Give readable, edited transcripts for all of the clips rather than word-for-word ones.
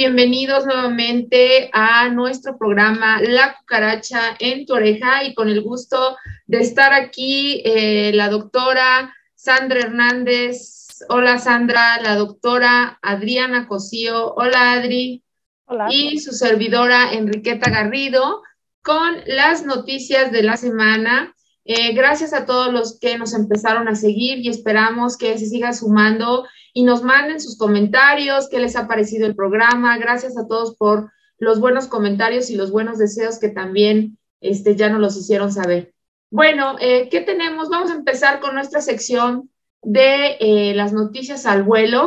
bienvenidos nuevamente a nuestro programa La Cucaracha en tu Oreja y con el gusto de estar aquí la doctora Sandra Hernández. Hola Sandra, la doctora Adriana Cosío. Hola Adri. Hola. Y su servidora Enriqueta Garrido con las noticias de la semana. Gracias a todos los que nos empezaron a seguir y esperamos que se siga sumando y nos manden sus comentarios, qué les ha parecido el programa. Gracias a todos por los buenos comentarios y los buenos deseos que también ya nos los hicieron saber. Bueno, ¿qué tenemos? Vamos a empezar con nuestra sección de las noticias al vuelo.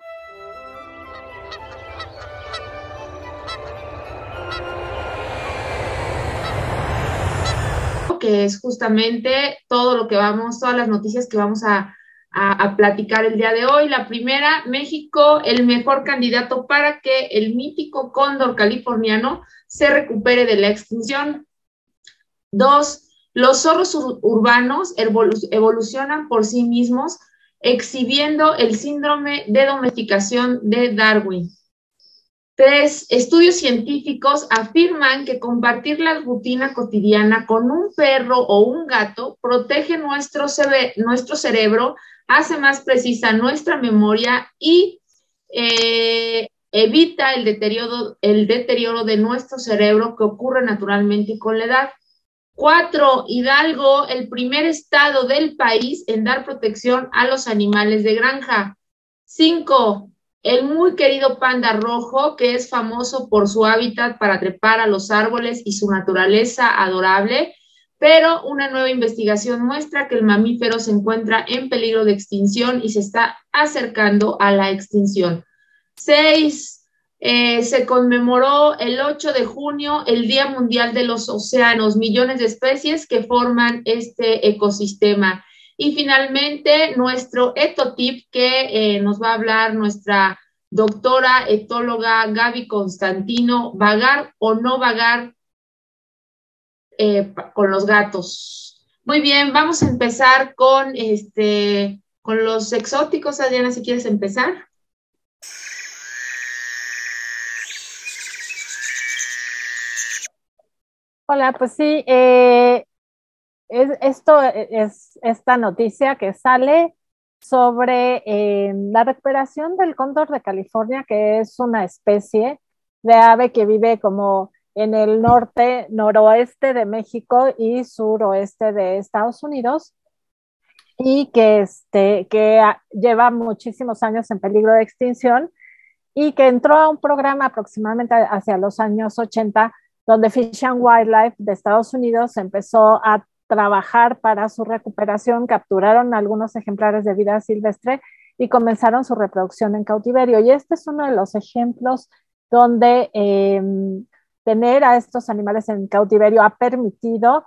Que es justamente todo lo que todas las noticias que vamos a platicar el día de hoy. La primera, México, el mejor candidato para que el mítico cóndor californiano se recupere de la extinción. Dos, los zorros urbanos evolucionan por sí mismos, exhibiendo el síndrome de domesticación de Darwin. Tres, estudios científicos afirman que compartir la rutina cotidiana con un perro o un gato protege nuestro cerebro, hace más precisa nuestra memoria y evita el deterioro de nuestro cerebro que ocurre naturalmente con la edad. Cuatro, Hidalgo, el primer estado del país en dar protección a los animales de granja. Cinco, el muy querido panda rojo, que es famoso por su hábitat para trepar a los árboles y su naturaleza adorable, pero una nueva investigación muestra que el mamífero se encuentra en peligro de extinción y se está acercando a la extinción. Seis, se conmemoró el 8 de junio el Día Mundial de los Océanos, millones de especies que forman este ecosistema. Y finalmente, nuestro etotip que nos va a hablar nuestra doctora etóloga Gaby Constantino, vagar o no vagar con los gatos. Muy bien, vamos a empezar con los exóticos. Adriana, si quieres empezar. Hola, pues sí, esto es esta noticia que sale sobre la recuperación del cóndor de California, que es una especie de ave que vive como en el norte, noroeste de México y suroeste de Estados Unidos y que lleva muchísimos años en peligro de extinción y que entró a un programa aproximadamente hacia los años 80, donde Fish and Wildlife de Estados Unidos empezó a trabajar para su recuperación, capturaron algunos ejemplares de vida silvestre y comenzaron su reproducción en cautiverio. Y este es uno de los ejemplos donde tener a estos animales en cautiverio ha permitido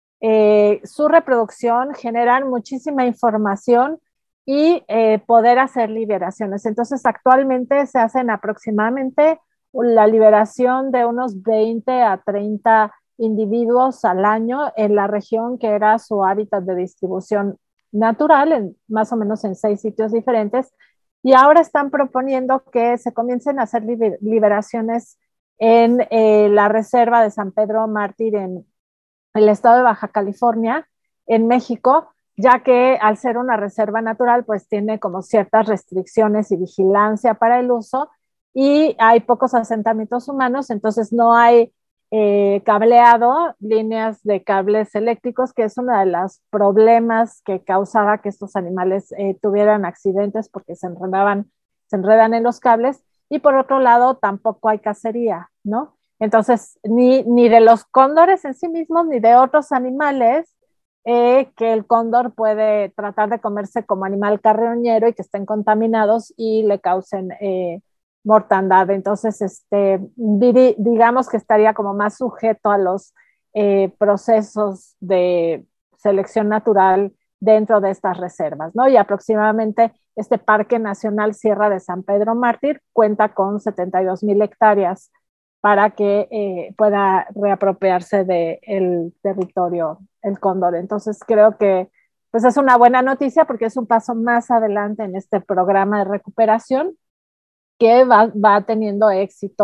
su reproducción, generar muchísima información y poder hacer liberaciones. Entonces, actualmente se hacen aproximadamente la liberación de unos 20 a 30 individuos al año en la región que era su hábitat de distribución natural, más o menos en 6 sitios diferentes. Y ahora están proponiendo que se comiencen a hacer liberaciones en la reserva de San Pedro Mártir en el estado de Baja California, en México, ya que al ser una reserva natural, pues tiene como ciertas restricciones y vigilancia para el uso y hay pocos asentamientos humanos, entonces no hay cableado, líneas de cables eléctricos, que es uno de los problemas que causaba que estos animales tuvieran accidentes porque se enredan en los cables, y por otro lado tampoco hay cacería, ¿no? Entonces, ni de los cóndores en sí mismos, ni de otros animales que el cóndor puede tratar de comerse como animal carroñero y que estén contaminados y le causen mortandad. Entonces, digamos que estaría como más sujeto a los procesos de selección natural dentro de estas reservas, ¿no? Y aproximadamente este Parque Nacional Sierra de San Pedro Mártir cuenta con 72,000 hectáreas para que pueda reapropiarse del territorio el cóndor. Entonces creo que pues es una buena noticia porque es un paso más adelante en este programa de recuperación que va teniendo éxito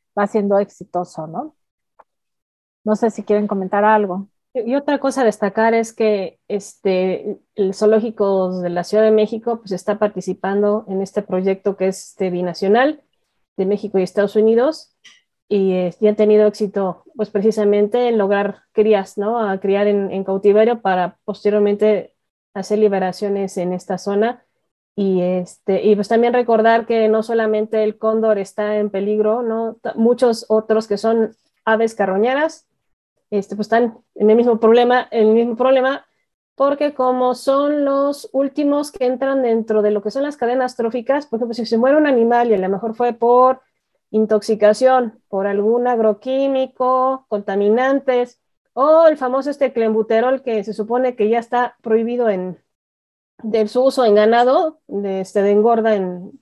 va siendo exitoso, ¿no? No sé si quieren comentar algo. Y otra cosa a destacar es que el zoológico de la Ciudad de México pues está participando en este proyecto que es binacional de México y Estados Unidos y han tenido éxito pues precisamente en lograr crías, ¿no? A criar en cautiverio para posteriormente hacer liberaciones en esta zona y pues también recordar que no solamente el cóndor está en peligro, ¿no? Muchos otros que son aves carroñeras pues están en el mismo problema, porque como son los últimos que entran dentro de lo que son las cadenas tróficas, por ejemplo, si se muere un animal y a lo mejor fue por intoxicación, por algún agroquímico, contaminantes, o el famoso clenbuterol que se supone que ya está prohibido de su uso en ganado, de engorda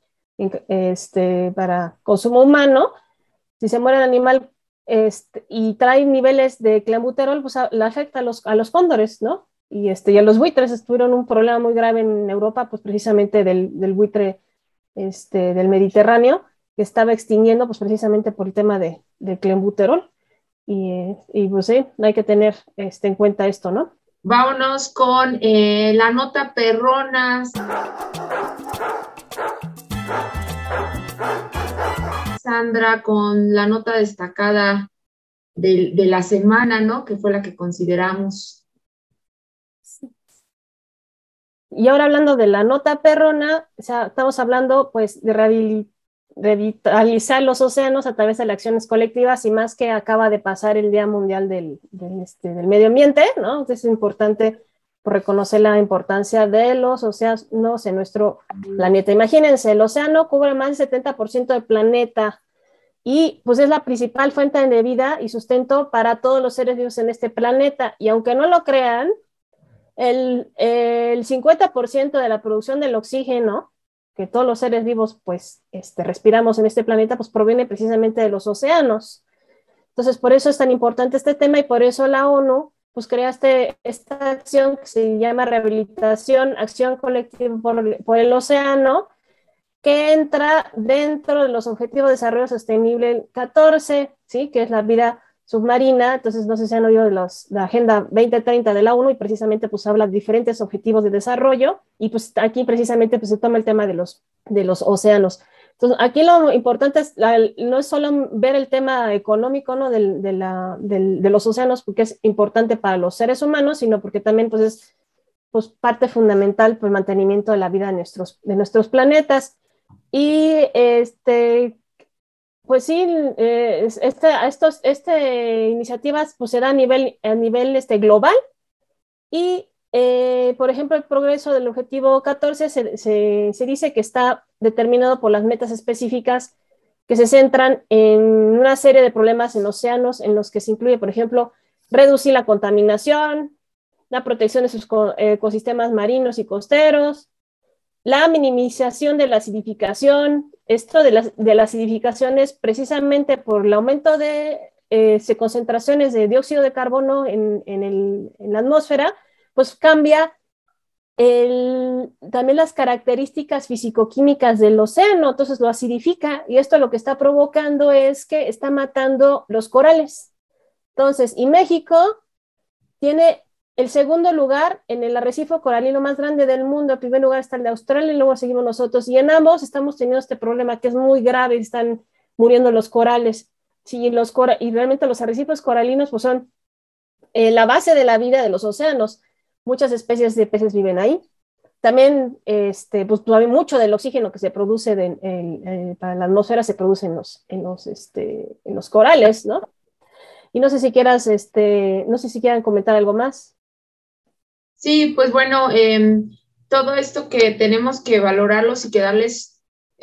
para consumo humano, si se muere el animal y trae niveles de clenbuterol, pues le afecta a los cóndores, ¿no? Y a los buitres tuvieron un problema muy grave en Europa, pues precisamente del buitre del Mediterráneo, que estaba extinguiendo, pues precisamente por el tema de clenbuterol. Y pues sí, hay que tener en cuenta esto, ¿no? Vámonos con la nota perrona. Sandra, con la nota destacada de la semana, ¿no? Que fue la que consideramos. Y ahora hablando de la nota perrona, o sea, estamos hablando pues de revitalizar los océanos a través de las acciones colectivas y más que acaba de pasar el Día Mundial del Medio Ambiente, ¿no? Entonces es importante reconocer la importancia de los océanos en nuestro planeta. Imagínense, el océano cubre más del 70% del planeta y pues es la principal fuente de vida y sustento para todos los seres vivos en este planeta. Y aunque no lo crean, el 50% de la producción del oxígeno que todos los seres vivos pues respiramos en este planeta pues proviene precisamente de los océanos. Entonces por eso es tan importante este tema y por eso la ONU pues crea esta acción que se llama Rehabilitación, Acción Colectiva por el Océano, que entra dentro de los Objetivos de Desarrollo Sostenible 14, ¿sí? Que es la vida submarina. Entonces no sé si han oído de la Agenda 2030 de la ONU y precisamente pues habla de diferentes objetivos de desarrollo y pues aquí precisamente pues se toma el tema de los océanos. Entonces aquí lo importante no es solo ver el tema económico, ¿no? de los océanos, porque es importante para los seres humanos, sino porque también pues es pues, parte fundamental para el mantenimiento de la vida de nuestros planetas. Y pues sí, iniciativas pues se da a nivel global y por ejemplo el progreso del objetivo 14 se dice que está determinado por las metas específicas que se centran en una serie de problemas en océanos en los que se incluye por ejemplo reducir la contaminación, la protección de sus ecosistemas marinos y costeros, la minimización de la acidificación. Esto de la acidificación es precisamente por el aumento de concentraciones de dióxido de carbono en la atmósfera, pues cambia también las características fisicoquímicas del océano, entonces lo acidifica y esto lo que está provocando es que está matando los corales. Entonces, y México tiene el segundo lugar en el arrecife coralino más grande del mundo. En primer lugar está el de Australia y luego seguimos nosotros. Y en ambos estamos teniendo este problema que es muy grave, están muriendo los corales. Sí, y realmente los arrecifes coralinos pues, son la base de la vida de los océanos. Muchas especies de peces viven ahí. También pues, mucho del oxígeno que se produce para la atmósfera se produce en los corales, ¿no? Y no sé si quieran comentar algo más. Sí, pues bueno, todo esto que tenemos que valorarlos y que darles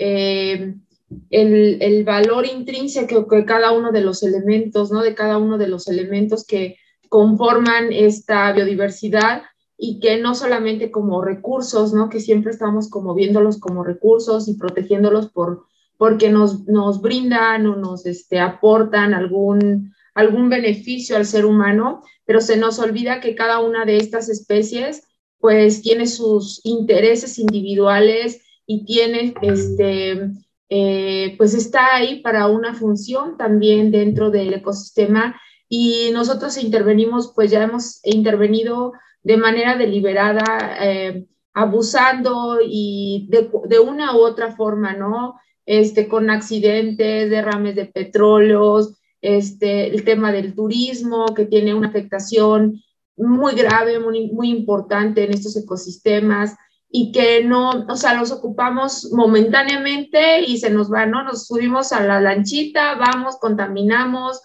el valor intrínseco que cada uno de los elementos, ¿no? De cada uno de los elementos que conforman esta biodiversidad y que no solamente como recursos, ¿no? Que siempre estamos como viéndolos como recursos y protegiéndolos porque nos brindan o nos aportan algún beneficio al ser humano, pero se nos olvida que cada una de estas especies pues tiene sus intereses individuales y tiene pues está ahí para una función también dentro del ecosistema, y nosotros intervenimos, pues ya hemos intervenido de manera deliberada, abusando y de una u otra forma, ¿no? Con accidentes, derrames de petróleos, el tema del turismo, que tiene una afectación muy grave, muy importante en estos ecosistemas, y que no, o sea, los ocupamos momentáneamente y se nos va, ¿no? Nos subimos a la lanchita, vamos, contaminamos,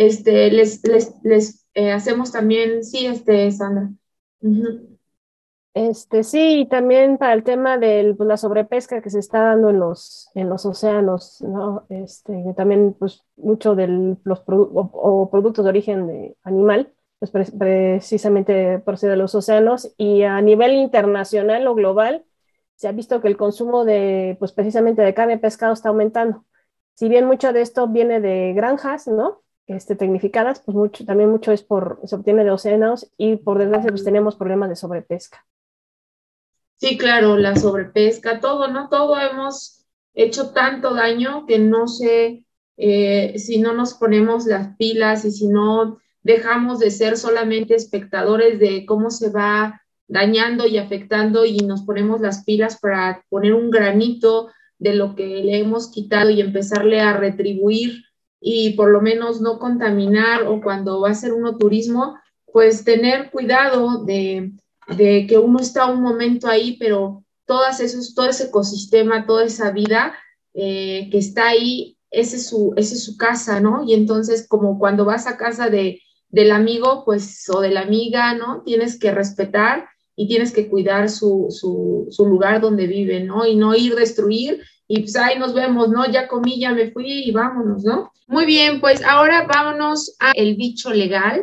les hacemos también, sí, Sandra. Uh-huh. Sí, y también para el tema de pues, la sobrepesca que se está dando en los océanos, ¿no? Que también, pues, mucho de los o productos de origen animal, pues precisamente procede de los océanos, y a nivel internacional o global, se ha visto que el consumo de, pues, precisamente de carne y pescado está aumentando. Si bien mucho de esto viene de granjas, ¿no? Tecnificadas, pues también mucho se obtiene de océanos, y por desgracia, pues tenemos problemas de sobrepesca. Sí, claro, la sobrepesca, todo, ¿no? Todo hemos hecho tanto daño que no sé, si no nos ponemos las pilas y si no dejamos de ser solamente espectadores de cómo se va dañando y afectando, y nos ponemos las pilas para poner un granito de lo que le hemos quitado y empezarle a retribuir, y por lo menos no contaminar, o cuando va a ser uno turismo, pues tener cuidado de que uno está un momento ahí, pero todo ese ecosistema, toda esa vida, que está ahí, ese es su casa, ¿no? Y entonces, como cuando vas a casa del amigo, pues, o de la amiga, ¿no? Tienes que respetar y tienes que cuidar su lugar donde viven, ¿no? Y no ir a destruir, y pues ahí nos vemos, ¿no? Ya comí, ya me fui y vámonos, ¿no? Muy bien, pues ahora vámonos a el bicho legal.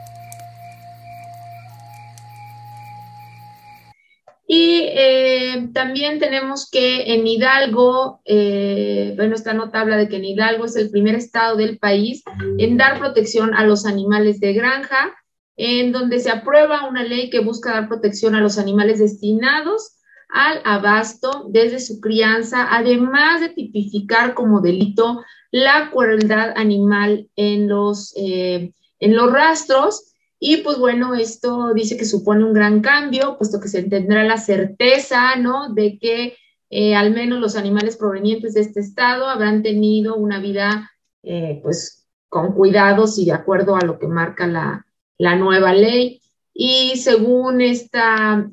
Y también tenemos que en Hidalgo, bueno, esta nota habla de que en Hidalgo es el primer estado del país en dar protección a los animales de granja, en donde se aprueba una ley que busca dar protección a los animales destinados al abasto desde su crianza, además de tipificar como delito la crueldad animal en los rastros. Y pues bueno, esto dice que supone un gran cambio, puesto que se tendrá la certeza, ¿no?, de que al menos los animales provenientes de este estado habrán tenido una vida, pues, con cuidados y de acuerdo a lo que marca la nueva ley. Y según esta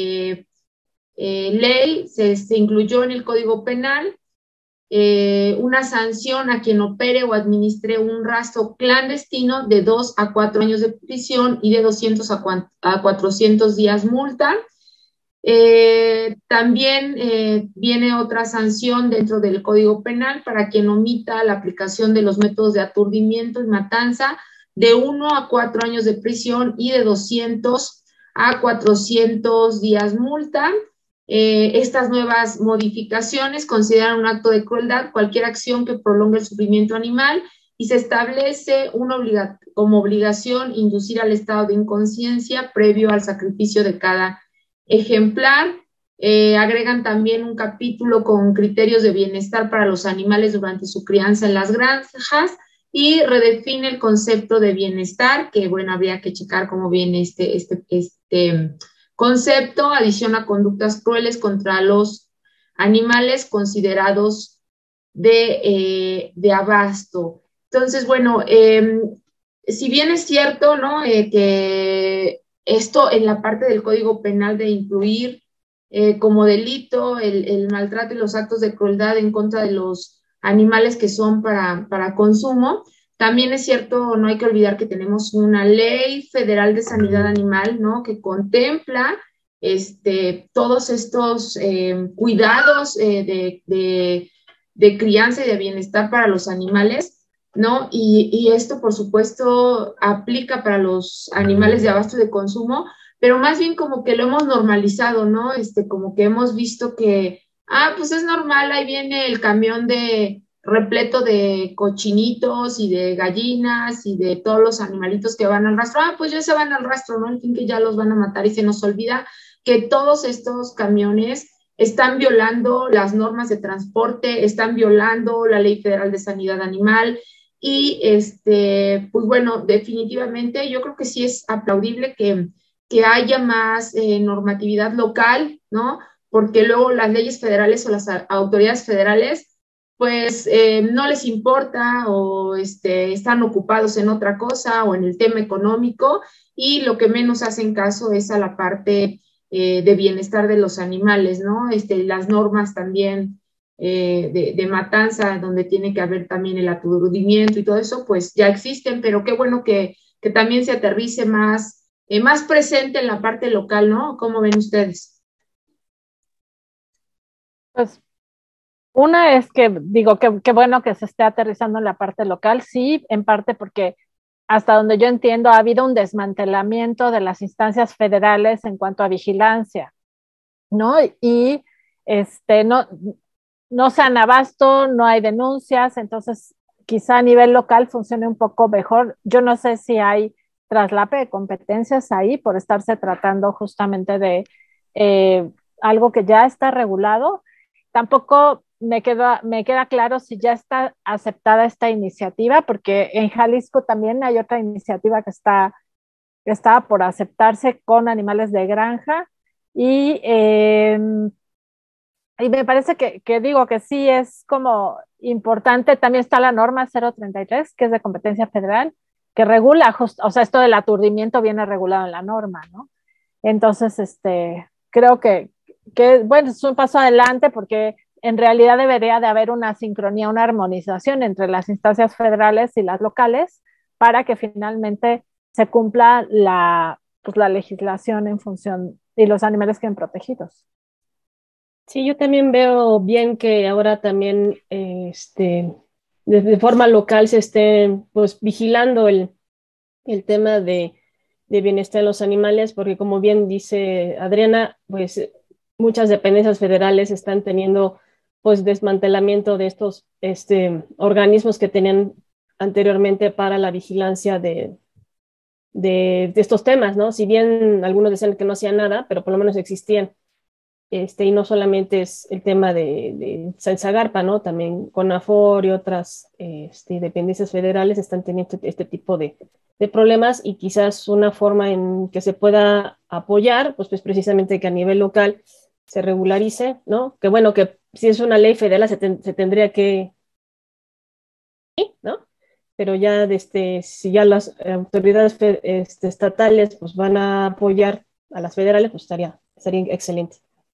ley, se incluyó en el Código Penal una sanción a quien opere o administre un rastro clandestino de 2 a 4 años de prisión y de 200 a 400 días multa. También viene otra sanción dentro del Código Penal para quien omita la aplicación de los métodos de aturdimiento y matanza, de 1 a 4 años de prisión y de 200 a 400 días multa. Estas nuevas modificaciones consideran un acto de crueldad cualquier acción que prolongue el sufrimiento animal, y se establece como obligación inducir al estado de inconsciencia previo al sacrificio de cada ejemplar. Agregan también un capítulo con criterios de bienestar para los animales durante su crianza en las granjas, y redefine el concepto de bienestar, que bueno, habría que checar cómo viene este concepto. Adiciona conductas crueles contra los animales considerados de abasto. Entonces, bueno, si bien es cierto, ¿no?, que esto en la parte del Código Penal de incluir como delito el maltrato y los actos de crueldad en contra de los animales que son para consumo, también es cierto, no hay que olvidar que tenemos una ley federal de sanidad animal, ¿no?, que contempla todos estos cuidados de crianza y de bienestar para los animales, ¿no? Y esto, por supuesto, aplica para los animales de abasto y de consumo, pero más bien como que lo hemos normalizado, ¿no? Como que hemos visto que, pues es normal, ahí viene el camión repleto de cochinitos y de gallinas y de todos los animalitos que van al rastro. Pues ya se van al rastro, ¿no? En fin, que ya los van a matar, y se nos olvida que todos estos camiones están violando las normas de transporte, están violando la Ley Federal de Sanidad Animal y, pues bueno, definitivamente yo creo que sí es aplaudible que haya más normatividad local, ¿no? Porque luego las leyes federales o las autoridades federales pues no les importa o están ocupados en otra cosa o en el tema económico y lo que menos hacen caso es a la parte de bienestar de los animales, ¿no? Las normas también de matanza, donde tiene que haber también el aturdimiento y todo eso, pues ya existen, pero qué bueno que también se aterrice más presente en la parte local, ¿no? ¿Cómo ven ustedes? Pues una es que digo que bueno que se esté aterrizando en la parte local, sí, en parte porque hasta donde yo entiendo ha habido un desmantelamiento de las instancias federales en cuanto a vigilancia, ¿no? Y no, no se han abasto, no hay denuncias, entonces quizá a nivel local funcione un poco mejor. Yo no sé si hay traslape de competencias ahí por estarse tratando justamente de algo que ya está regulado. Tampoco me queda claro si ya está aceptada esta iniciativa, porque en Jalisco también hay otra iniciativa que está por aceptarse con animales de granja y me parece que digo que sí es como importante. También está la norma 033, que es de competencia federal, que regula, o sea, esto del aturdimiento viene regulado en la norma, ¿no? Entonces, creo bueno, es un paso adelante porque en realidad debería de haber una sincronía, una armonización entre las instancias federales y las locales para que finalmente se cumpla pues, la legislación en función y los animales queden protegidos. Sí, yo también veo bien que ahora también de forma local se esté pues vigilando el tema de bienestar de los animales, porque como bien dice Adriana, pues muchas dependencias federales están teniendo pues desmantelamiento de estos organismos que tenían anteriormente para la vigilancia de estos temas, ¿no? Si bien algunos decían que no hacían nada, pero por lo menos existían. Y no solamente es el tema de Salsagarpa, ¿no? También CONAFOR y otras dependencias federales están teniendo este tipo de problemas y quizás una forma en que se pueda apoyar, pues precisamente que a nivel local se regularice, ¿no? Que bueno, que si es una ley federal se tendría que, ¿no? Pero ya si ya las autoridades estatales pues van a apoyar a las federales, pues estaría excelente.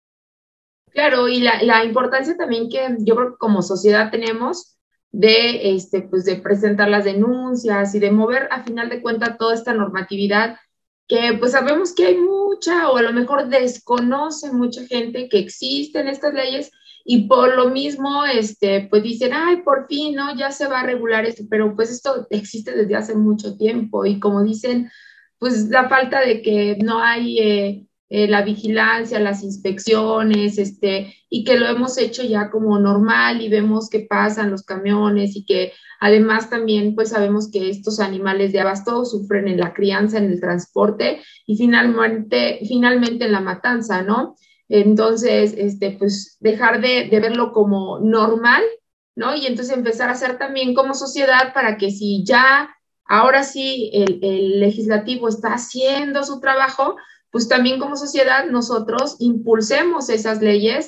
Claro, y la importancia también que yo creo que como sociedad tenemos de, pues de presentar las denuncias y de mover a final de cuentas toda esta normatividad que pues sabemos que hay mucha o a lo mejor desconoce mucha gente que existen estas leyes y por lo mismo pues dicen, ay, por fin, ¿no? Ya se va a regular esto, pero pues esto existe desde hace mucho tiempo y como dicen, pues la falta de que no hay la vigilancia, las inspecciones, y que lo hemos hecho ya como normal y vemos que pasan los camiones y que además también pues sabemos que estos animales de abasto sufren en la crianza, en el transporte y finalmente en la matanza, ¿no? Entonces, pues dejar de verlo como normal, ¿no? Y entonces empezar a hacer también como sociedad para que si ya ahora sí el legislativo está haciendo su trabajo, pues también como sociedad nosotros impulsemos esas leyes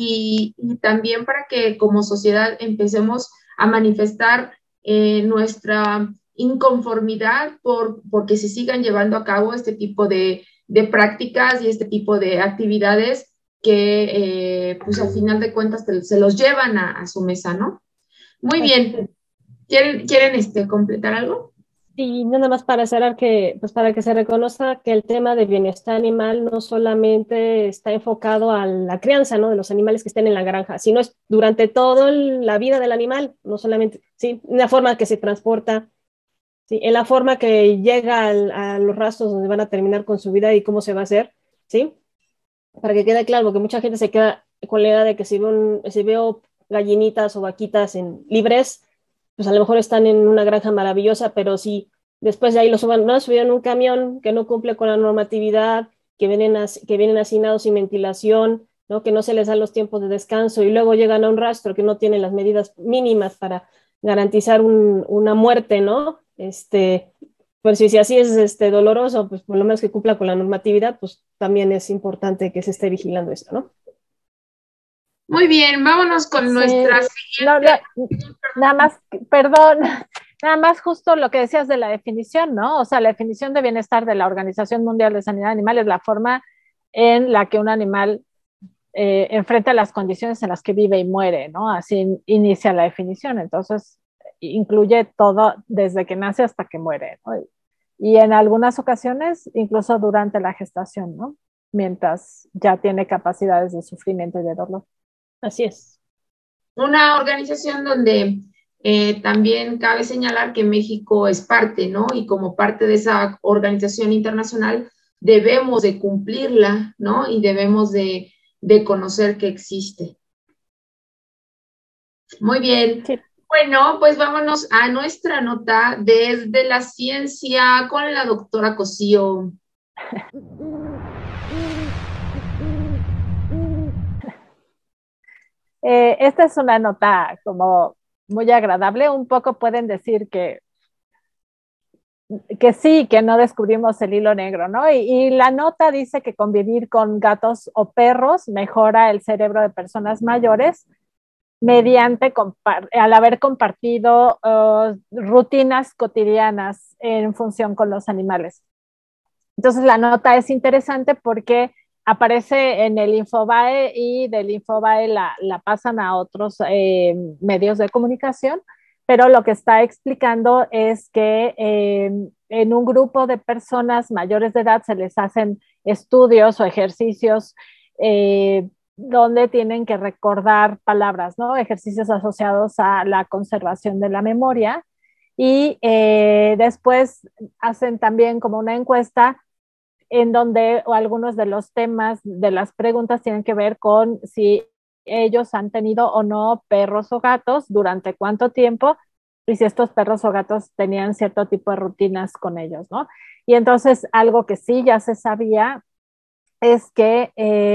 y también para que como sociedad empecemos a manifestar nuestra inconformidad porque se sigan llevando a cabo este tipo de prácticas y este tipo de actividades que pues al final de cuentas se los llevan a su mesa, ¿no? Muy bien. ¿Quieren completar algo? Y nada más para cerrar pues para que se reconozca que el tema de bienestar animal no solamente está enfocado a la crianza, ¿no? De los animales que estén en la granja, sino es durante toda la vida del animal, no solamente, sí, en la forma que se transporta, sí, en la forma que llega a los rastros donde van a terminar con su vida y cómo se va a hacer, sí, para que quede claro, porque mucha gente se queda con la idea de que si veo gallinitas o vaquitas libres, pues a lo mejor están en una granja maravillosa, pero si después de ahí no subieron un camión que no cumple con la normatividad, que vienen hacinados sin ventilación, ¿no? Que no se les da los tiempos de descanso y luego llegan a un rastro que no tienen las medidas mínimas para garantizar una muerte, ¿no? Pues si así es doloroso, pues por lo menos que cumpla con la normatividad, pues también es importante que se esté vigilando esto, ¿no? Muy bien, vámonos con nuestra siguiente. Nada más, perdón, nada más justo lo que decías de la definición, ¿no? O sea, la definición de bienestar de la Organización Mundial de Sanidad Animal es la forma en la que un animal enfrenta las condiciones en las que vive y muere, ¿no? Así inicia la definición. Entonces, incluye todo desde que nace hasta que muere, ¿no? Y en algunas ocasiones, incluso durante la gestación, ¿no? Mientras ya tiene capacidades de sufrimiento y de dolor. Así es. Una organización donde también cabe señalar que México es parte, ¿no? Y como parte de esa organización internacional debemos de cumplirla, ¿no? Y debemos de conocer que existe. Muy bien. Sí. Bueno, pues vámonos a nuestra nota desde la ciencia con la doctora Cosío. Esta es una nota como muy agradable. Un poco pueden decir que sí, que no descubrimos el hilo negro, ¿no? Y la nota dice que convivir con gatos o perros mejora el cerebro de personas mayores mediante al haber compartido rutinas cotidianas en función con los animales. Entonces la nota es interesante porque aparece en el Infobae y del Infobae la pasan a otros medios de comunicación, pero lo que está explicando es que en un grupo de personas mayores de edad se les hacen estudios o ejercicios donde tienen que recordar palabras, ¿no? Ejercicios asociados a la conservación de la memoria. Y después hacen también como una encuesta en donde algunos de los temas de las preguntas tienen que ver con si ellos han tenido o no perros o gatos, durante cuánto tiempo, y si estos perros o gatos tenían cierto tipo de rutinas con ellos, ¿no? Y entonces algo que sí ya se sabía es que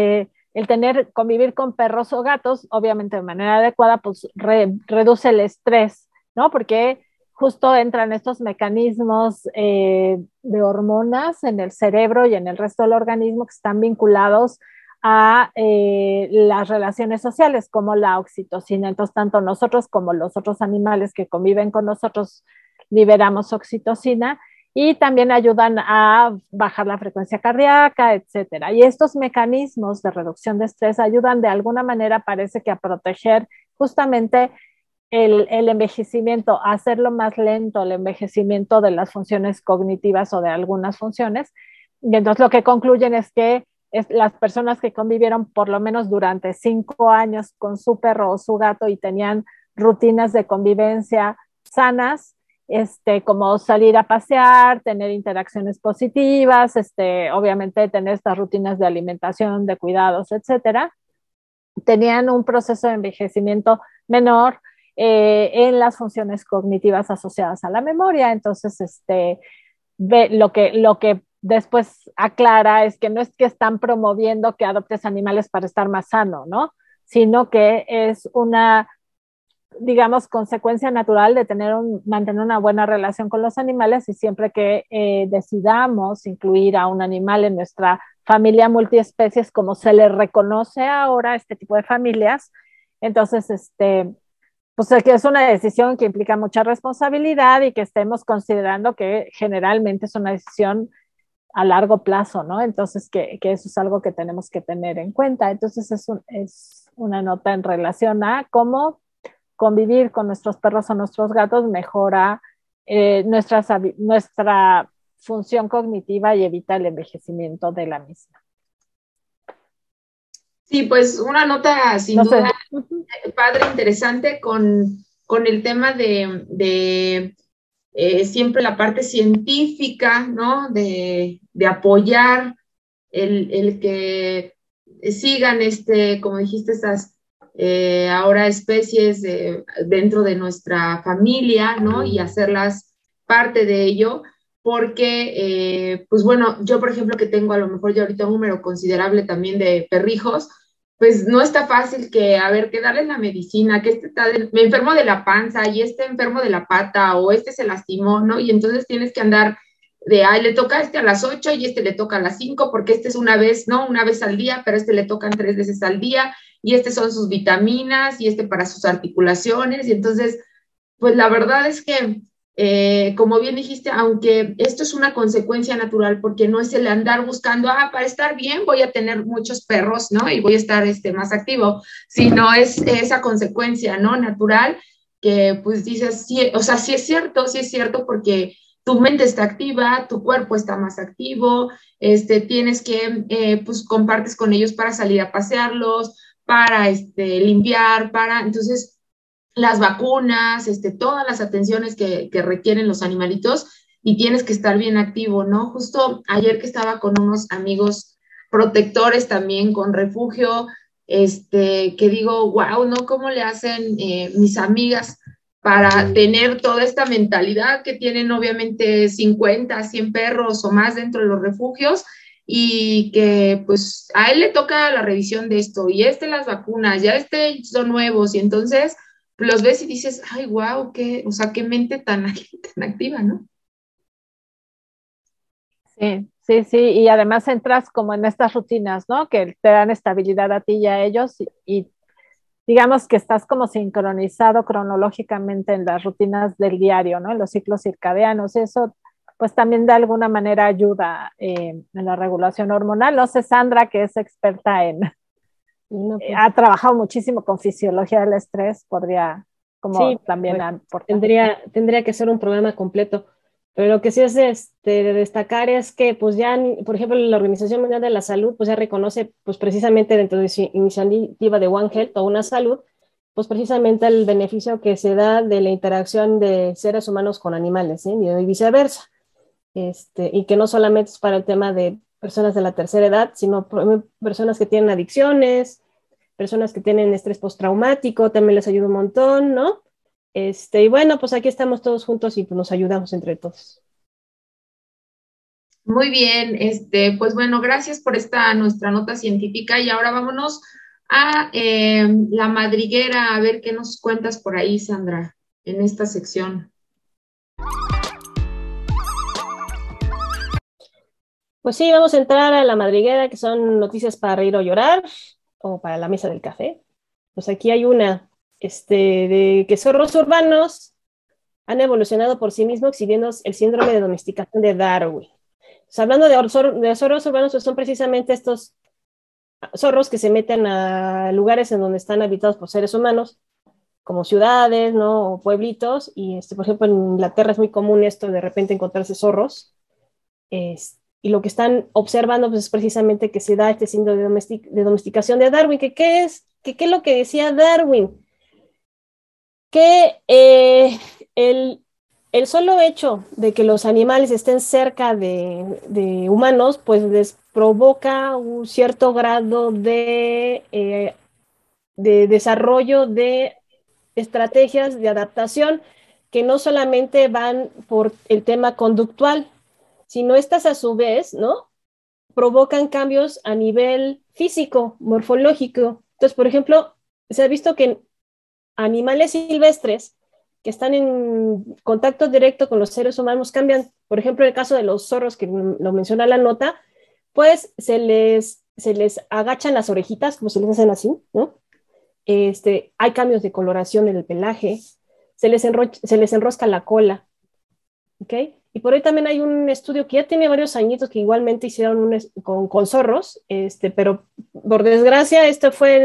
el convivir con perros o gatos, obviamente de manera adecuada, pues reduce el estrés, ¿no? Porque justo entran estos mecanismos de hormonas en el cerebro y en el resto del organismo que están vinculados a las relaciones sociales, como la oxitocina. Entonces, tanto nosotros como los otros animales que conviven con nosotros liberamos oxitocina y también ayudan a bajar la frecuencia cardíaca, etcétera. Y estos mecanismos de reducción de estrés ayudan de alguna manera, parece que a proteger justamente el envejecimiento, a hacerlo más lento el envejecimiento de las funciones cognitivas o de algunas funciones. Y entonces lo que concluyen es que las personas que convivieron por lo menos durante 5 años con su perro o su gato y tenían rutinas de convivencia sanas, como salir a pasear, tener interacciones positivas, obviamente tener estas rutinas de alimentación, de cuidados, etcétera, tenían un proceso de envejecimiento menor en las funciones cognitivas asociadas a la memoria. Entonces, lo que después aclara es que no es que están promoviendo que adoptes animales para estar más sano, ¿no? Sino que es una, digamos, consecuencia natural de mantener una buena relación con los animales, y siempre que decidamos incluir a un animal en nuestra familia multiespecies, como se le reconoce ahora a este tipo de familias, entonces, pues que es una decisión que implica mucha responsabilidad y que estemos considerando que generalmente es una decisión a largo plazo, ¿no? Entonces, que eso es algo que tenemos que tener en cuenta. Entonces, es una nota en relación a cómo convivir con nuestros perros o nuestros gatos mejora nuestra función cognitiva y evita el envejecimiento de la misma. Sí, pues una nota sin duda padre, interesante con el tema de siempre la parte científica, ¿no? De apoyar el que sigan, como dijiste, estas ahora especies dentro de nuestra familia, ¿no? Y hacerlas parte de ello, porque, pues bueno, yo por ejemplo que tengo a lo mejor ya ahorita un número considerable también de perrijos, pues no está fácil que, a ver, que darles la medicina, que me enfermo de la panza y este enfermo de la pata o este se lastimó, ¿no? Y entonces tienes que andar de, ay, le toca a este a las 8 y este le toca a las 5 porque este es una vez, ¿no? Una vez al día, pero este le tocan 3 veces al día y este son sus vitaminas y este para sus articulaciones. Y entonces, pues la verdad es que, como bien dijiste, aunque esto es una consecuencia natural, porque no es el andar buscando, para estar bien voy a tener muchos perros, ¿no? Y voy a estar más activo, sino es esa consecuencia, ¿no? Natural, que pues dices, sí, o sea, sí es cierto, porque tu mente está activa, tu cuerpo está más activo, tienes que, pues compartes con ellos para salir a pasearlos, para limpiar, entonces las vacunas, todas las atenciones que requieren los animalitos y tienes que estar bien activo, ¿no? Justo ayer que estaba con unos amigos protectores también con refugio, que digo, wow, ¿no? ¿Cómo le hacen mis amigas para tener toda esta mentalidad que tienen obviamente 50, 100 perros o más dentro de los refugios? Y que pues a él le toca la revisión de esto y las vacunas, ya son nuevos y entonces los ves y dices, ay, wow, o sea, qué mente tan activa, ¿no? Sí, sí, sí, y además entras como en estas rutinas, ¿no? Que te dan estabilidad a ti y a ellos y digamos que estás como sincronizado cronológicamente en las rutinas del diario, ¿no? En los ciclos circadianos, eso pues también de alguna manera ayuda en la regulación hormonal. No sé, Sandra, que es experta No, pues, ha trabajado muchísimo con fisiología del estrés, podría como sí, también pues, aportar. tendría que ser un programa completo. Pero lo que sí es de destacar es que, pues ya, por ejemplo, la Organización Mundial de la Salud, pues ya reconoce, pues precisamente dentro de su iniciativa de One Health o Una Salud, pues precisamente el beneficio que se da de la interacción de seres humanos con animales, ¿sí? Y viceversa. Y que no solamente es para el tema de personas de la tercera edad, sino personas que tienen adicciones, personas que tienen estrés postraumático, también les ayuda un montón, ¿no? Y bueno, pues aquí estamos todos juntos y pues nos ayudamos entre todos. Muy bien, pues bueno, gracias por nuestra nota científica y ahora vámonos a la madriguera, a ver qué nos cuentas por ahí, Sandra, en esta sección. Pues sí, vamos a entrar a la madriguera, que son noticias para reír o llorar, o para la mesa del café. Pues aquí hay una, de que zorros urbanos han evolucionado por sí mismos exhibiendo el síndrome de domesticación de Darwin. Pues hablando de zorros urbanos, pues son precisamente estos zorros que se meten a lugares en donde están habitados por seres humanos, como ciudades, ¿no? O pueblitos, y por ejemplo en Inglaterra es muy común esto de repente encontrarse zorros, y lo que están observando pues, es precisamente que se da este síndrome de domesticación de Darwin, que ¿qué es? ¿Qué es lo que decía Darwin? Que el solo hecho de que los animales estén cerca de humanos, pues les provoca un cierto grado de desarrollo de estrategias de adaptación que no solamente van por el tema conductual, sino estas a su vez, ¿no? Provocan cambios a nivel físico, morfológico. Entonces, por ejemplo, se ha visto que animales silvestres que están en contacto directo con los seres humanos cambian. Por ejemplo, en el caso de los zorros, que lo menciona la nota, pues se les agachan las orejitas, como se les hacen así, ¿no? Hay cambios de coloración en el pelaje, se les enrosca la cola, ¿ok? Y por ahí también hay un estudio que ya tiene varios añitos que igualmente hicieron con zorros, pero por desgracia esto fue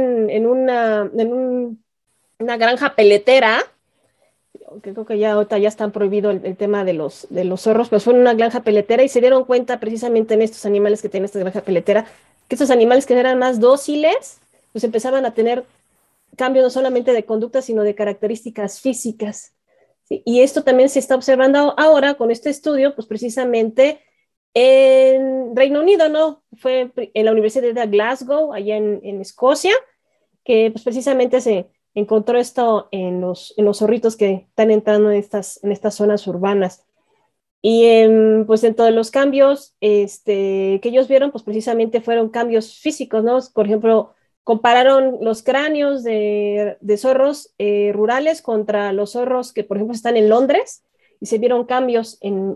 una granja peletera, que creo que ya ahorita ya están prohibido el tema de los zorros, pero fue en una granja peletera y se dieron cuenta precisamente en estos animales que tienen esta granja peletera, que estos animales que eran más dóciles, pues empezaban a tener cambio no solamente de conducta, sino de características físicas. ¿Sí? Y esto también se está observando ahora con este estudio, pues precisamente en Reino Unido, ¿no? Fue en la Universidad de Glasgow, allá en Escocia, que pues precisamente se encontró esto en los zorritos que están entrando en estas zonas urbanas. Y pues en todos los cambios que ellos vieron, pues precisamente fueron cambios físicos, ¿no? Por ejemplo, compararon los cráneos de zorros rurales contra los zorros que, por ejemplo, están en Londres, y se vieron cambios en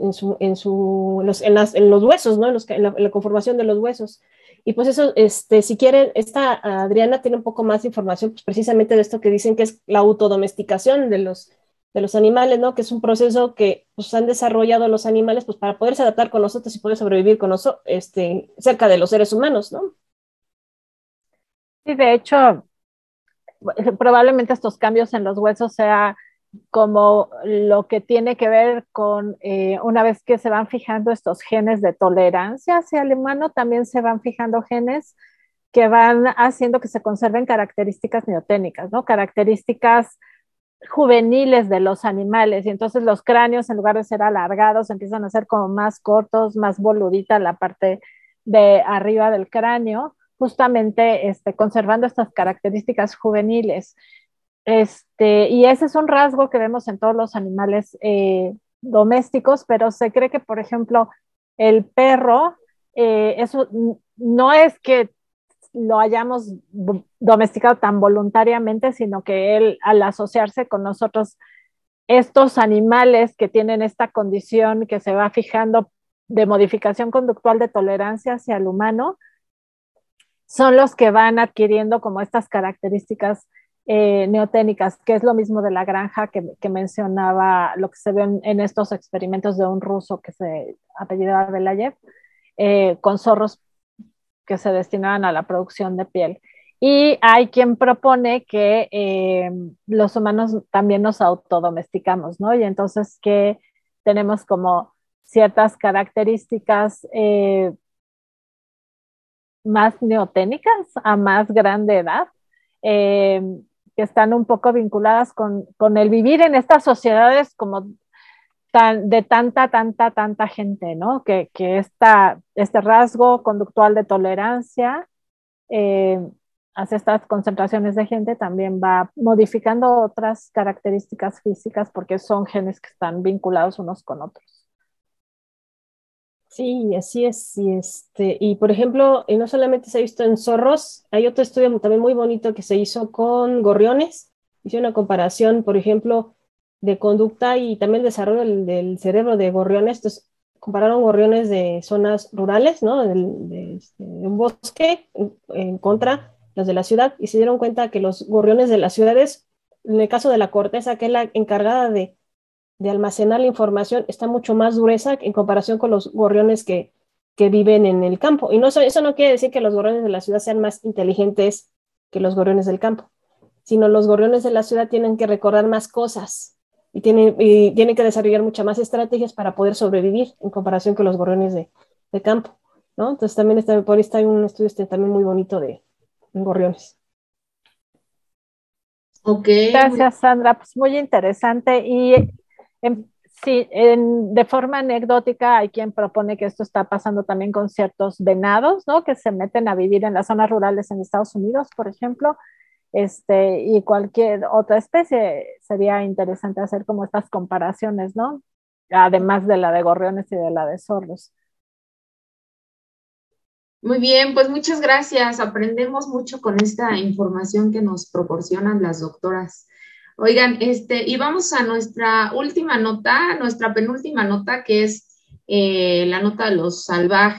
los huesos, ¿no? En la conformación de los huesos. Y pues eso, si quieren, esta Adriana tiene un poco más de información, pues precisamente de esto que dicen que es la autodomesticación de los animales, ¿no? Que es un proceso que pues, han desarrollado los animales pues, para poderse adaptar con nosotros y poder sobrevivir con nosotros, cerca de los seres humanos, ¿no? Sí, de hecho, probablemente estos cambios en los huesos sea como lo que tiene que ver con una vez que se van fijando estos genes de tolerancia hacia el humano, también se van fijando genes que van haciendo que se conserven características neoténicas, ¿no? Características juveniles de los animales, y entonces los cráneos, en lugar de ser alargados, empiezan a ser como más cortos, más boludita la parte de arriba del cráneo, justamente conservando estas características juveniles. Y ese es un rasgo que vemos en todos los animales domésticos, pero se cree que, por ejemplo, el perro, eso no es que lo hayamos domesticado tan voluntariamente, sino que él, al asociarse con nosotros, estos animales que tienen esta condición que se va fijando de modificación conductual de tolerancia hacia el humano, son los que van adquiriendo como estas características neoténicas, que es lo mismo de la granja que mencionaba, lo que se ve en estos experimentos de un ruso que se apellidaba Belayev, con zorros que se destinaban a la producción de piel. Y hay quien propone que los humanos también nos autodomesticamos, ¿no? Y entonces que tenemos como ciertas características más neoténicas a más grande edad, que están un poco vinculadas con el vivir en estas sociedades como de tanta gente, ¿no? Que este rasgo conductual de tolerancia hacia estas concentraciones de gente también va modificando otras características físicas porque son genes que están vinculados unos con otros. Sí, así es. Y por ejemplo, no solamente se ha visto en zorros, hay otro estudio también muy bonito que se hizo con gorriones. Hizo una comparación, por ejemplo, de conducta y también desarrollo del cerebro de gorriones. Entonces, compararon gorriones de zonas rurales, ¿no? De un bosque en contra los de la ciudad, y se dieron cuenta que los gorriones de las ciudades, en el caso de la corteza, que es la encargada de almacenar la información, está mucho más gruesa en comparación con los gorriones que viven en el campo. Y no, eso no quiere decir que los gorriones de la ciudad sean más inteligentes que los gorriones del campo, sino los gorriones de la ciudad tienen que recordar más cosas y tienen que desarrollar muchas más estrategias para poder sobrevivir en comparación con los gorriones de campo, ¿no? Entonces también por ahí está un estudio también muy bonito de gorriones. Ok. Gracias, Sandra. Pues muy interesante. Y sí, de forma anecdótica hay quien propone que esto está pasando también con ciertos venados, ¿no? Que se meten a vivir en las zonas rurales en Estados Unidos, por ejemplo, y cualquier otra especie. Sería interesante hacer como estas comparaciones, ¿no? Además de la de gorriones y de la de zorros. Muy bien, pues muchas gracias. Aprendemos mucho con esta información que nos proporcionan las doctoras. Oigan, y vamos a nuestra última nota, nuestra penúltima nota, que es la nota de los salvajes,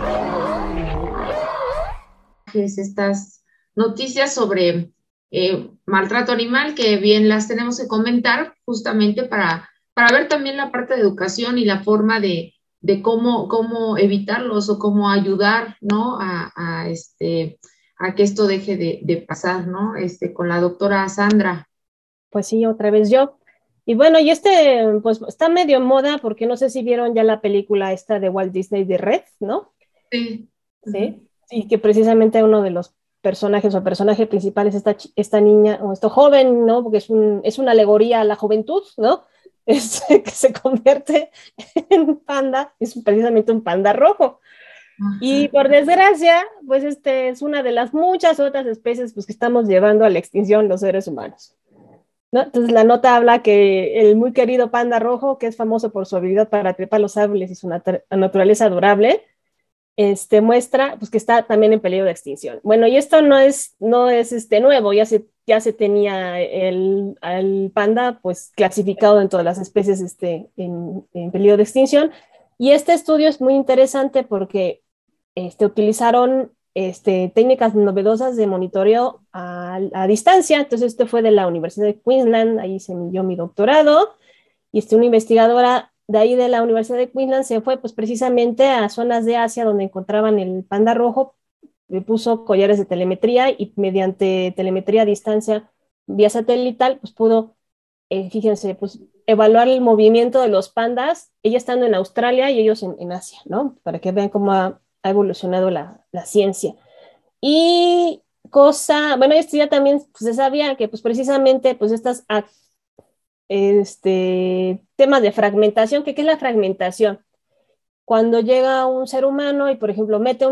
estas noticias sobre maltrato animal, que bien las tenemos que comentar justamente para ver también la parte de educación y la forma de cómo evitarlos o cómo ayudar, ¿no? A que esto deje de pasar, ¿no? Con la doctora Sandra. Pues sí, otra vez yo. Y bueno, pues está medio en moda porque no sé si vieron ya la película esta de Walt Disney de Red, ¿no? Sí. Sí. Y que precisamente uno de los personajes o personaje principal es esta niña o esto joven, ¿no? Porque es una alegoría a la juventud, ¿no? Que se convierte en panda, es precisamente un panda rojo. Ajá. Y por desgracia, pues es una de las muchas otras especies pues, que estamos llevando a la extinción los seres humanos, ¿no? Entonces la nota habla que el muy querido panda rojo, que es famoso por su habilidad para trepar los árboles y su naturaleza adorable, muestra pues, que está también en peligro de extinción. Bueno, y esto no es nuevo, ya se tenía al panda pues, clasificado dentro de las especies en peligro de extinción. Y este estudio es muy interesante porque utilizaron técnicas novedosas de monitoreo a distancia. Entonces, este fue de la Universidad de Queensland, ahí se me dio mi doctorado, y una investigadora de ahí de la Universidad de Queensland se fue pues precisamente a zonas de Asia donde encontraban el panda rojo, le puso collares de telemetría y mediante telemetría a distancia vía satelital pues pudo, fíjense, pues evaluar el movimiento de los pandas, ella estando en Australia y ellos en Asia, ¿no? Para que vean cómo ha evolucionado la ciencia. Y bueno, esto ya también pues, se sabía que pues precisamente pues estas temas de fragmentación, ¿qué es la fragmentación? Cuando llega un ser humano y, por ejemplo, mete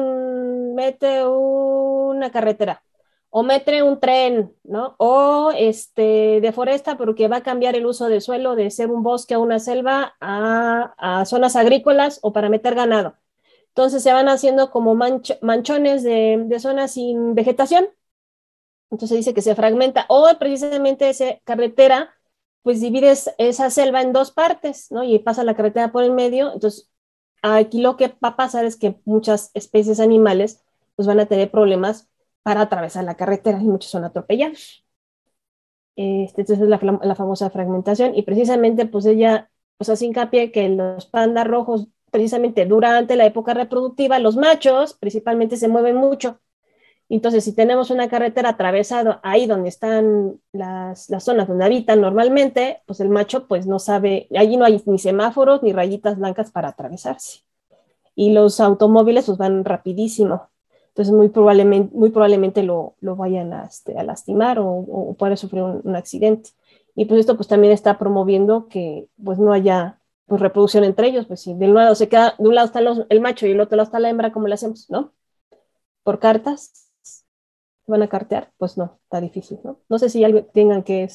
una carretera o mete un tren, ¿no? O deforesta porque va a cambiar el uso del suelo de ser un bosque o una selva a zonas agrícolas o para meter ganado. Entonces se van haciendo como manchones de zonas sin vegetación. Entonces dice que se fragmenta. O precisamente esa carretera pues divides esa selva en dos partes, ¿no? Y pasa la carretera por el medio. Entonces, aquí lo que va a pasar es que muchas especies animales pues van a tener problemas para atravesar la carretera y muchos son atropellados. Entonces es la famosa fragmentación y precisamente pues ella pues hace hincapié que los pandas rojos precisamente durante la época reproductiva los machos principalmente se mueven mucho. Entonces, si tenemos una carretera atravesada ahí donde están las zonas donde habitan normalmente, pues el macho pues no sabe, allí no hay ni semáforos ni rayitas blancas para atravesarse. Y los automóviles pues van rapidísimo. Entonces, muy probablemente lo vayan a lastimar o puede sufrir un accidente. Y pues esto pues también está promoviendo que pues no haya pues, reproducción entre ellos. Pues si de un lado está el macho y del otro lado está la hembra, ¿cómo le hacemos? ¿No? Por cartas. ¿Van a cartear? Pues no, está difícil, ¿no? No sé si tengan que,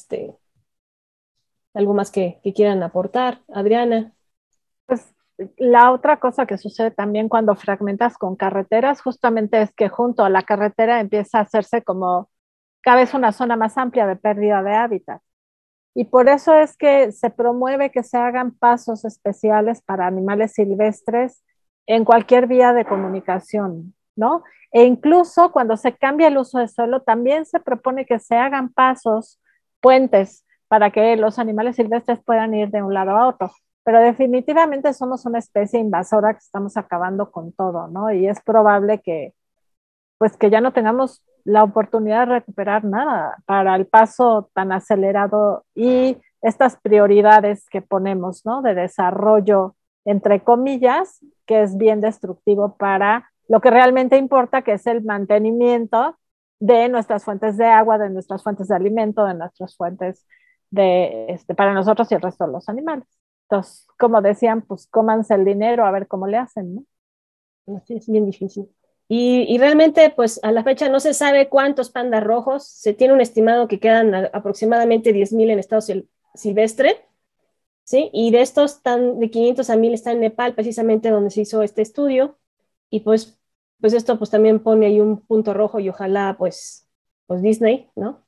algo más que quieran aportar, Adriana. Pues la otra cosa que sucede también cuando fragmentas con carreteras, justamente es que junto a la carretera empieza a hacerse como cada vez una zona más amplia de pérdida de hábitat. Y por eso es que se promueve que se hagan pasos especiales para animales silvestres en cualquier vía de comunicación, ¿no? E incluso cuando se cambia el uso de suelo, también se propone que se hagan pasos, puentes, para que los animales silvestres puedan ir de un lado a otro. Pero definitivamente somos una especie invasora que estamos acabando con todo, ¿no? Y es probable que, pues, que ya no tengamos la oportunidad de recuperar nada para el paso tan acelerado y estas prioridades que ponemos, ¿no? De desarrollo, entre comillas, que es bien destructivo para lo que realmente importa, que es el mantenimiento de nuestras fuentes de agua, de nuestras fuentes de alimento, de nuestras fuentes para nosotros y el resto de los animales. Entonces, como decían, pues cómanse el dinero a ver cómo le hacen, ¿no? Así es bien difícil. Y realmente, pues a la fecha no se sabe cuántos pandas rojos. Se tiene un estimado que quedan aproximadamente 10,000 en estado silvestre, ¿sí? Y de estos están de 500 a 1,000 están en Nepal, precisamente donde se hizo este estudio. Y pues esto pues también pone ahí un punto rojo y ojalá pues Disney, ¿no?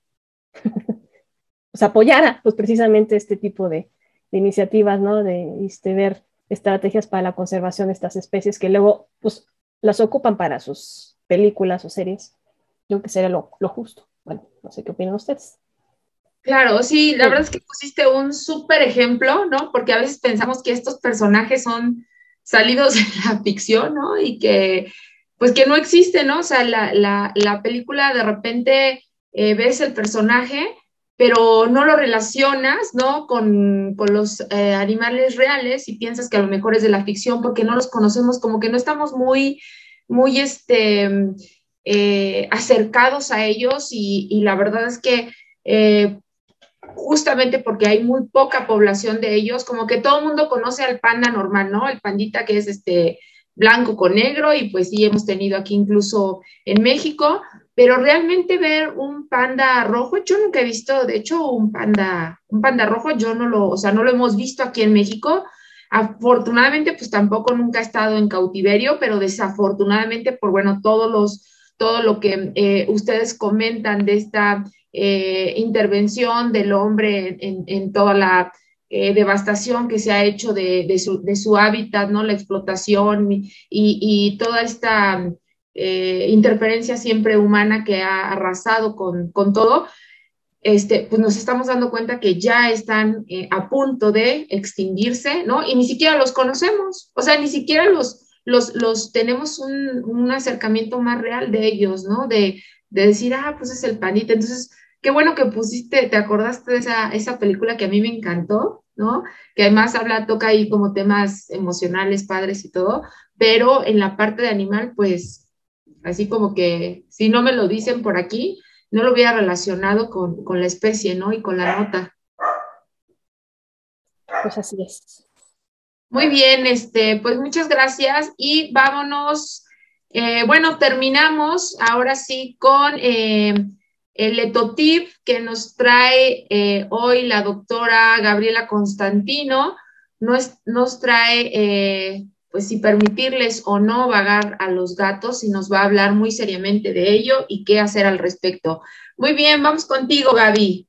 pues apoyara pues precisamente este tipo de iniciativas, ¿no? De ver estrategias para la conservación de estas especies que luego pues las ocupan para sus películas o series. Yo creo que sería lo justo. Bueno, no sé qué opinan ustedes. Claro, sí, la verdad es que pusiste un súper ejemplo, ¿no? Porque a veces pensamos que estos personajes son salidos de la ficción, ¿no? Y que, pues que no existen, ¿no? O sea, la película de repente ves el personaje, pero no lo relacionas, ¿no? Con los animales reales y piensas que a lo mejor es de la ficción porque no los conocemos, como que no estamos muy acercados a ellos y la verdad es que justamente porque hay muy poca población de ellos, como que todo el mundo conoce al panda normal, ¿no? El pandita que es blanco con negro y pues sí hemos tenido aquí incluso en México, pero realmente ver un panda rojo, yo nunca he visto, de hecho, un panda rojo, yo no lo, o sea, no lo hemos visto aquí en México. Afortunadamente, pues tampoco nunca ha estado en cautiverio, pero desafortunadamente por, bueno, todo lo que ustedes comentan de esta intervención del hombre en toda la devastación que se ha hecho de su hábitat, ¿no? La explotación y toda esta interferencia siempre humana que ha arrasado con todo, pues nos estamos dando cuenta que ya están a punto de extinguirse, ¿no? Y ni siquiera los conocemos, o sea, ni siquiera los tenemos un acercamiento más real de ellos, ¿no? De decir, pues es el pandita. Entonces, qué bueno que te acordaste de esa película que a mí me encantó, ¿no? Que además toca ahí como temas emocionales, padres y todo, pero en la parte de animal, pues, así como que si no me lo dicen por aquí, no lo hubiera relacionado con la especie, ¿no? Y con la nota. Pues así es. Muy bien, pues muchas gracias y vámonos. Bueno, terminamos ahora sí con el etotip que nos trae hoy la doctora Gabriela Constantino. Nos trae, pues, si permitirles o no vagar a los gatos, y nos va a hablar muy seriamente de ello y qué hacer al respecto. Muy bien, vamos contigo, Gaby.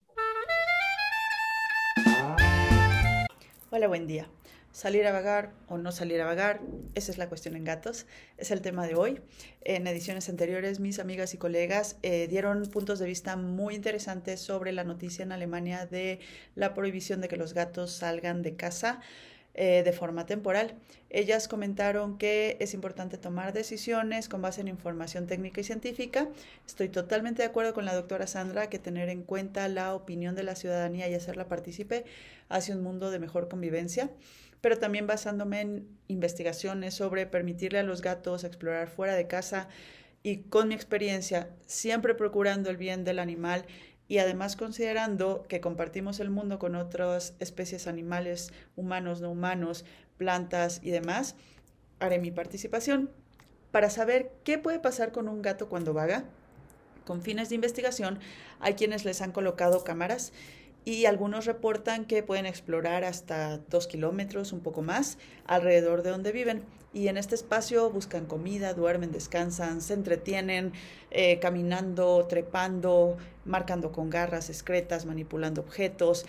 Hola, buen día. ¿Salir a vagar o no salir a vagar? Esa es la cuestión en gatos. Es el tema de hoy. En ediciones anteriores, mis amigas y colegas dieron puntos de vista muy interesantes sobre la noticia en Alemania de la prohibición de que los gatos salgan de casa de forma temporal. Ellas comentaron que es importante tomar decisiones con base en información técnica y científica. Estoy totalmente de acuerdo con la doctora Sandra que tener en cuenta la opinión de la ciudadanía y hacerla partícipe hacia un mundo de mejor convivencia, pero también basándome en investigaciones sobre permitirle a los gatos explorar fuera de casa y con mi experiencia, siempre procurando el bien del animal y además considerando que compartimos el mundo con otras especies animales, humanos, no humanos, plantas y demás, haré mi participación. Para saber qué puede pasar con un gato cuando vaga, con fines de investigación, hay quienes les han colocado cámaras y algunos reportan que pueden explorar hasta 2 kilómetros, un poco más, alrededor de donde viven. Y en este espacio buscan comida, duermen, descansan, se entretienen caminando, trepando, marcando con garras, excretas, manipulando objetos,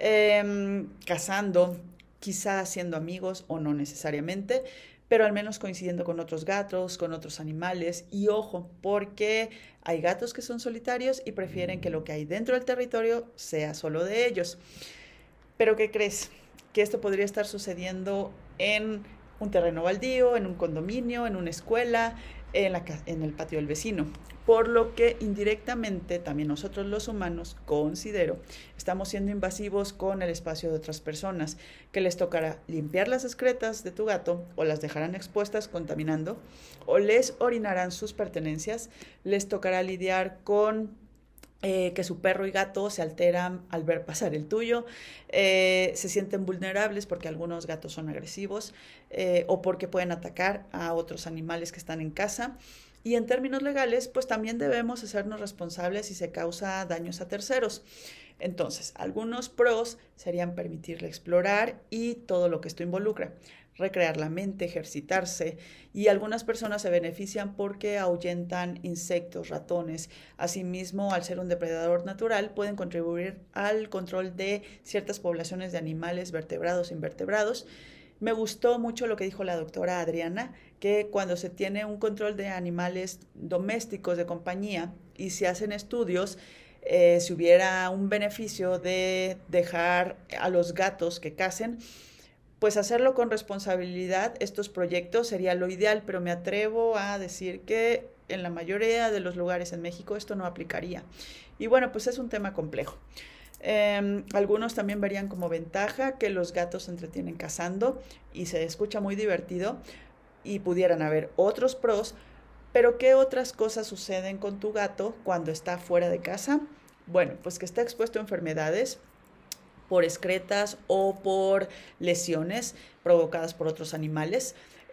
cazando, quizá haciendo amigos o no necesariamente, pero al menos coincidiendo con otros gatos, con otros animales. Y ojo, porque hay gatos que son solitarios y prefieren que lo que hay dentro del territorio sea solo de ellos. ¿Pero qué crees? Que esto podría estar sucediendo en un terreno baldío, en un condominio, en una escuela, en el patio del vecino. Por lo que indirectamente también nosotros los humanos, considero, estamos siendo invasivos con el espacio de otras personas, que les tocará limpiar las excretas de tu gato o las dejarán expuestas contaminando o les orinarán sus pertenencias, les tocará lidiar con que su perro y gato se alteran al ver pasar el tuyo, se sienten vulnerables porque algunos gatos son agresivos o porque pueden atacar a otros animales que están en casa. Y en términos legales, pues también debemos hacernos responsables si se causa daños a terceros. Entonces, algunos pros serían permitirle explorar y todo lo que esto involucra, recrear la mente, ejercitarse, y algunas personas se benefician porque ahuyentan insectos, ratones. Asimismo, al ser un depredador natural, pueden contribuir al control de ciertas poblaciones de animales vertebrados e invertebrados. Me gustó mucho lo que dijo la doctora Adriana, que cuando se tiene un control de animales domésticos de compañía y se hacen estudios, si hubiera un beneficio de dejar a los gatos que cacen, pues hacerlo con responsabilidad. Estos proyectos sería lo ideal, pero me atrevo a decir que en la mayoría de los lugares en México esto no aplicaría. Y bueno, pues es un tema complejo. Algunos también verían como ventaja que los gatos se entretienen cazando y se escucha muy divertido y pudieran haber otros pros, pero ¿qué otras cosas suceden con tu gato cuando está fuera de casa? Bueno, pues que está expuesto a enfermedades por excretas o por lesiones provocadas por otros animales,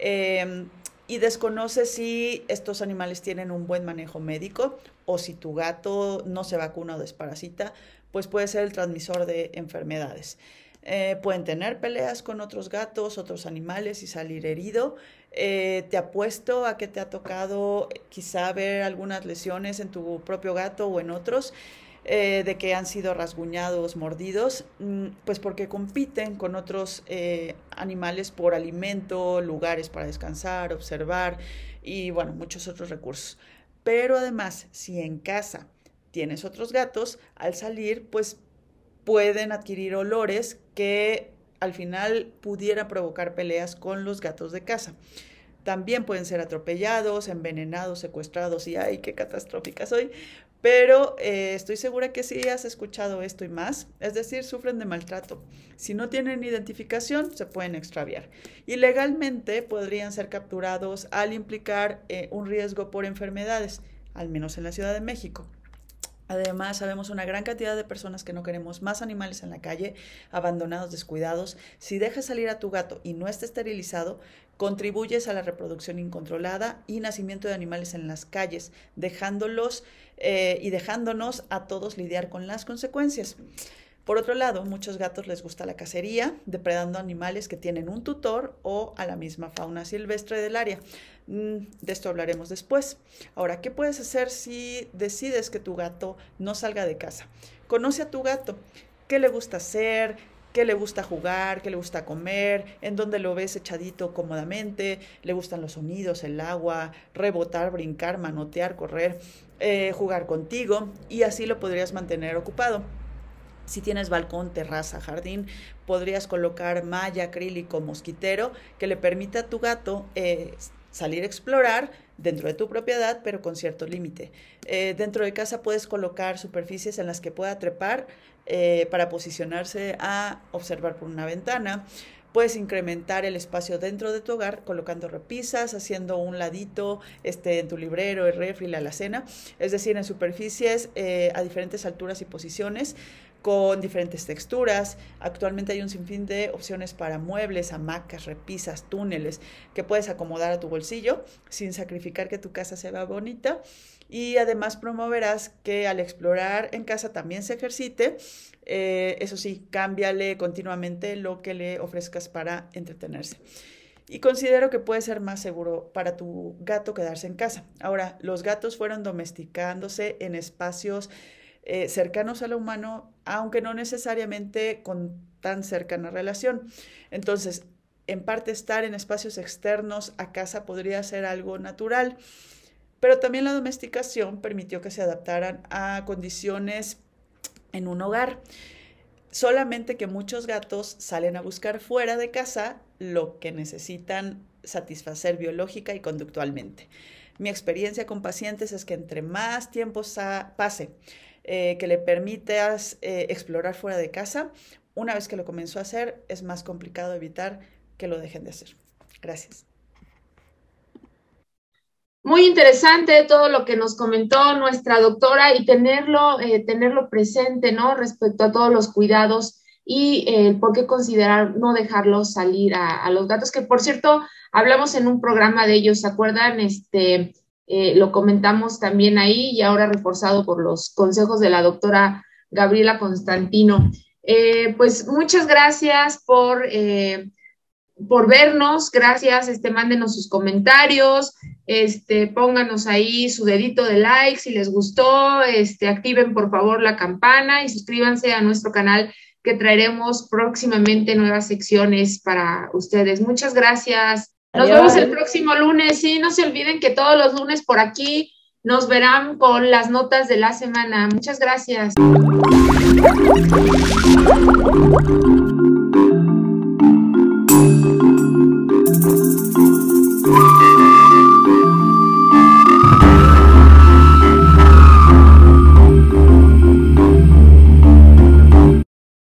y desconoce si estos animales tienen un buen manejo médico o si tu gato no se vacuna o desparasita, pues puede ser el transmisor de enfermedades. Pueden tener peleas con otros gatos, otros animales y salir herido. Te apuesto a que te ha tocado quizá ver algunas lesiones en tu propio gato o en otros, de que han sido rasguñados, mordidos, pues porque compiten con otros animales por alimento, lugares para descansar, observar y bueno, muchos otros recursos. Pero además, si en casa tienes otros gatos, al salir pues pueden adquirir olores que al final pudiera provocar peleas con los gatos de casa. También pueden ser atropellados, envenenados, secuestrados y ¡ay, qué catastrófica soy! Pero estoy segura que sí has escuchado esto y más, es decir, sufren de maltrato. Si no tienen identificación, se pueden extraviar. Y legalmente podrían ser capturados al implicar un riesgo por enfermedades, al menos en la Ciudad de México. Además, sabemos una gran cantidad de personas que no queremos más animales en la calle, abandonados, descuidados. Si dejas salir a tu gato y no está esterilizado, contribuyes a la reproducción incontrolada y nacimiento de animales en las calles, dejándonos a todos lidiar con las consecuencias. Por otro lado, muchos gatos les gusta la cacería, depredando animales que tienen un tutor o a la misma fauna silvestre del área. De esto hablaremos después. Ahora, ¿qué puedes hacer si decides que tu gato no salga de casa? Conoce a tu gato. ¿Qué le gusta hacer? ¿Qué le gusta jugar? ¿Qué le gusta comer? ¿En dónde lo ves echadito cómodamente? ¿Le gustan los sonidos, el agua, rebotar, brincar, manotear, correr, jugar contigo? Y así lo podrías mantener ocupado. Si tienes balcón, terraza, jardín, podrías colocar malla, acrílico, mosquitero, que le permita a tu gato salir a explorar dentro de tu propiedad, pero con cierto límite. Dentro de casa puedes colocar superficies en las que pueda trepar para posicionarse a observar por una ventana. Puedes incrementar el espacio dentro de tu hogar colocando repisas, haciendo un ladito en tu librero, el refri, la alacena, es decir, en superficies a diferentes alturas y posiciones, con diferentes texturas. Actualmente hay un sinfín de opciones para muebles, hamacas, repisas, túneles que puedes acomodar a tu bolsillo sin sacrificar que tu casa se vea bonita. Y además promoverás que al explorar en casa también se ejercite. Eso sí, cámbiale continuamente lo que le ofrezcas para entretenerse. Y considero que puede ser más seguro para tu gato quedarse en casa. Ahora, los gatos fueron domesticándose en espacios cercanos a lo humano, aunque no necesariamente con tan cercana relación. Entonces, en parte estar en espacios externos a casa podría ser algo natural, pero también la domesticación permitió que se adaptaran a condiciones en un hogar. Solamente que muchos gatos salen a buscar fuera de casa lo que necesitan satisfacer biológica y conductualmente. Mi experiencia con pacientes es que entre más tiempo pase, que le permitas explorar fuera de casa, una vez que lo comenzó a hacer, es más complicado evitar que lo dejen de hacer. Gracias. Muy interesante todo lo que nos comentó nuestra doctora y tenerlo presente, ¿no? Respecto a todos los cuidados y por qué considerar no dejarlos salir a los gatos, que por cierto, hablamos en un programa de ellos, ¿se acuerdan? Lo comentamos también ahí y ahora reforzado por los consejos de la doctora Gabriela Constantino. Pues muchas gracias por vernos, gracias, mándenos sus comentarios, pónganos ahí su dedito de like si les gustó, activen por favor la campana y suscríbanse a nuestro canal que traeremos próximamente nuevas secciones para ustedes. Muchas gracias. Nos vemos el próximo lunes. Sí, no se olviden que todos los lunes por aquí nos verán con las notas de la semana. Muchas gracias.